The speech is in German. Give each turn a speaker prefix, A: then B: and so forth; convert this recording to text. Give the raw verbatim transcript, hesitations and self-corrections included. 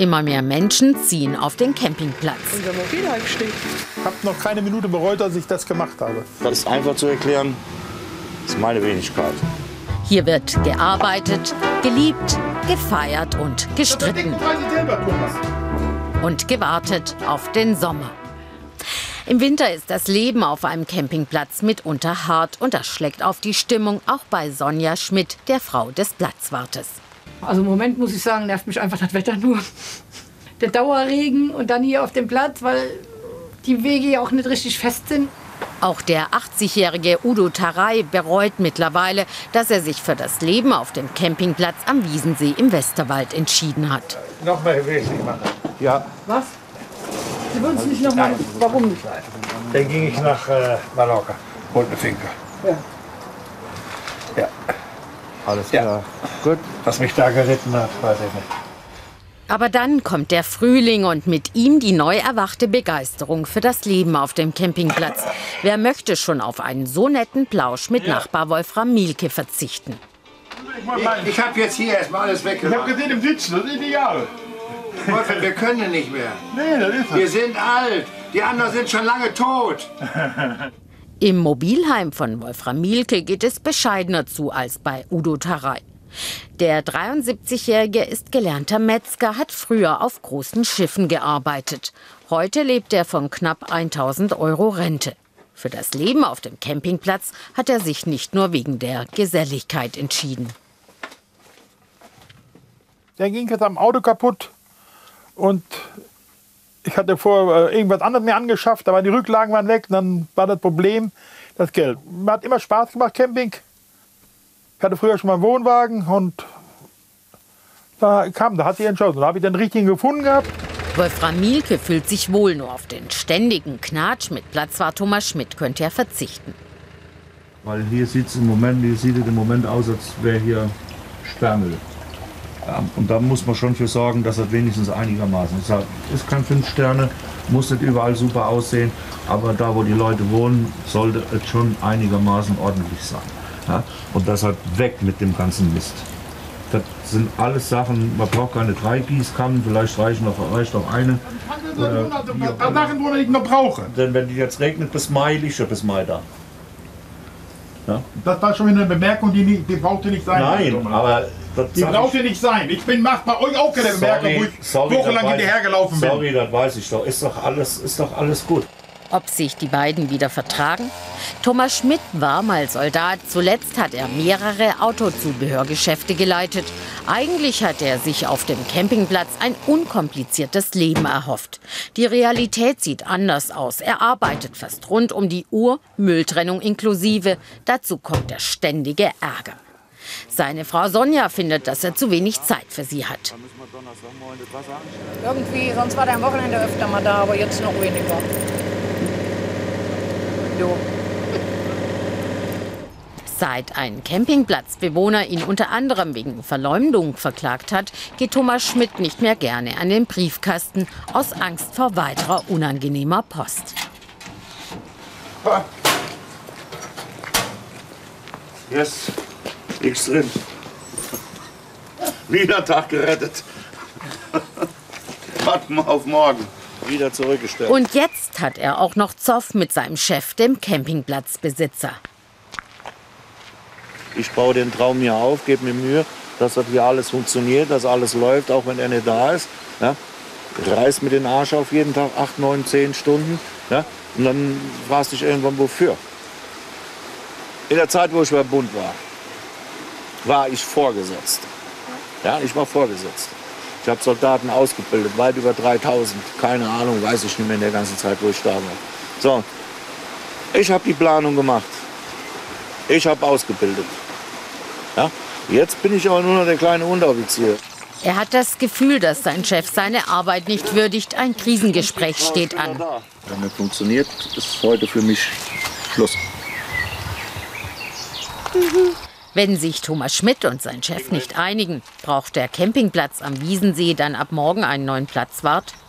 A: Immer mehr Menschen ziehen auf den Campingplatz.
B: Unser Mobilheim steht.
C: Ich habe noch keine Minute bereut, dass ich das gemacht habe.
D: Das ist einfach zu erklären. Das ist meine Wenigkeit.
A: Hier wird gearbeitet, geliebt, gefeiert und gestritten. Und gewartet auf den Sommer. Im Winter ist das Leben auf einem Campingplatz mitunter hart und das schlägt auf die Stimmung, auch bei Sonja Schmidt, der Frau des Platzwartes.
B: Also im Moment muss ich sagen, nervt mich einfach das Wetter nur. Der Dauerregen und dann hier auf dem Platz, weil die Wege ja auch nicht richtig fest sind.
A: Auch der achtzigjährige Udo Taray bereut mittlerweile, dass er sich für das Leben auf dem Campingplatz am Wiesensee im Westerwald entschieden hat.
C: Noch mal wesentlich machen. Ja.
B: Was? Sie würden es nicht noch mal. Warum nicht?
C: Dann ging ich nach äh, Mallorca. Holt eine Finke.
B: Ja.
C: Ja.
D: Alles klar.
C: Ja. Gut. Was mich da geritten hat, weiß ich nicht.
A: Aber dann kommt der Frühling und mit ihm die neu erwachte Begeisterung für das Leben auf dem Campingplatz. Wer möchte schon auf einen so netten Plausch mit ja. Nachbar Wolfram Mielke verzichten?
E: Ich, ich habe jetzt hier erstmal alles weggemacht.
C: Ich habe gesehen im Sitzen, das ist ideal.
E: Wolfram, wir können nicht mehr.
C: Nee, das ist es.
E: Wir sind alt. Die anderen sind schon lange tot.
A: Im Mobilheim von Wolfram Mielke geht es bescheidener zu als bei Udo Taray. Der dreiundsiebzigjährige ist gelernter Metzger, hat früher auf großen Schiffen gearbeitet. Heute lebt er von knapp tausend Euro Rente. Für das Leben auf dem Campingplatz hat er sich nicht nur wegen der Geselligkeit entschieden.
C: Der ging jetzt am Auto kaputt und ich hatte vorher äh, irgendwas anderes mir angeschafft, aber die Rücklagen waren weg. Dann war das Problem das Geld. Mir hat immer Spaß gemacht, Camping. Ich hatte früher schon mal einen Wohnwagen und da kam, da hat sich entschlossen. Da habe ich den richtigen gefunden gehabt.
A: Wolfram Mielke fühlt sich wohl, nur auf den ständigen Knatsch mit Platzwart Thomas Schmidt könnte er verzichten.
D: Weil hier sieht es im Moment, hier sieht es im Moment aus, als wäre hier Sperrmüll. Ja, und da muss man schon für sorgen, dass das wenigstens einigermaßen ist. Ist kein fünf Sterne, muss nicht überall super aussehen, aber da, wo die Leute wohnen, sollte es schon einigermaßen ordentlich sein. Ja? Und das hat weg mit dem ganzen Mist. Das sind alles Sachen, man braucht keine drei Gießkannen, vielleicht reicht noch, reicht noch eine.
C: Oder ein paar Sachen, wo ich noch brauche.
D: Denn wenn die jetzt regnet bis Mai, liegt schon bis Mai da. Ja?
C: Das war schon eine Bemerkung, die, nicht, die brauchte nicht sein.
D: Nein, aber das
C: die brauchte nicht sein. Ich bin macht bei euch auch keine Bemerkung, wo ich wochenlang hinterhergelaufen bin.
D: Sorry, das weiß ich doch. Ist doch alles, ist doch alles gut.
A: Ob sich die beiden wieder vertragen? Thomas Schmidt war mal Soldat. Zuletzt hat er mehrere Autozubehörgeschäfte geleitet. Eigentlich hat er sich auf dem Campingplatz ein unkompliziertes Leben erhofft. Die Realität sieht anders aus. Er arbeitet fast rund um die Uhr, Mülltrennung inklusive. Dazu kommt der ständige Ärger. Seine Frau Sonja findet, dass er zu wenig Zeit für sie hat.
B: Irgendwie, sonst war der am Wochenende öfter mal da, aber jetzt noch weniger. Jo.
A: Seit ein Campingplatzbewohner ihn unter anderem wegen Verleumdung verklagt hat, geht Thomas Schmidt nicht mehr gerne an den Briefkasten aus Angst vor weiterer unangenehmer Post.
D: Yes, nichts drin. Wieder Tag gerettet. Warten wir auf morgen. Wieder zurückgestellt.
A: Und jetzt hat er auch noch Zoff mit seinem Chef, dem Campingplatzbesitzer.
D: Ich baue den Traum hier auf, gebe mir Mühe, dass das hier alles funktioniert, dass alles läuft, auch wenn er nicht da ist. Ja? Reiß mit den Arsch auf jeden Tag, acht, neun, zehn Stunden. Ja? Und dann fragst du dich irgendwann, wofür. In der Zeit, wo ich beim Bund war, war ich Vorgesetzter. Ja, ich war Vorgesetzter. Ich habe Soldaten ausgebildet, weit über dreitausend. Keine Ahnung, weiß ich nicht mehr in der ganzen Zeit, wo ich da war. So, ich habe die Planung gemacht. Ich habe ausgebildet. Ja? Jetzt bin ich aber nur noch der kleine Unteroffizier.
A: Er hat das Gefühl, dass sein Chef seine Arbeit nicht würdigt. Ein Krisengespräch steht an.
D: Wenn das funktioniert, ist heute für mich Schluss.
A: Wenn sich Thomas Schmidt und sein Chef nicht einigen, braucht der Campingplatz am Wiesensee dann ab morgen einen neuen Platzwart?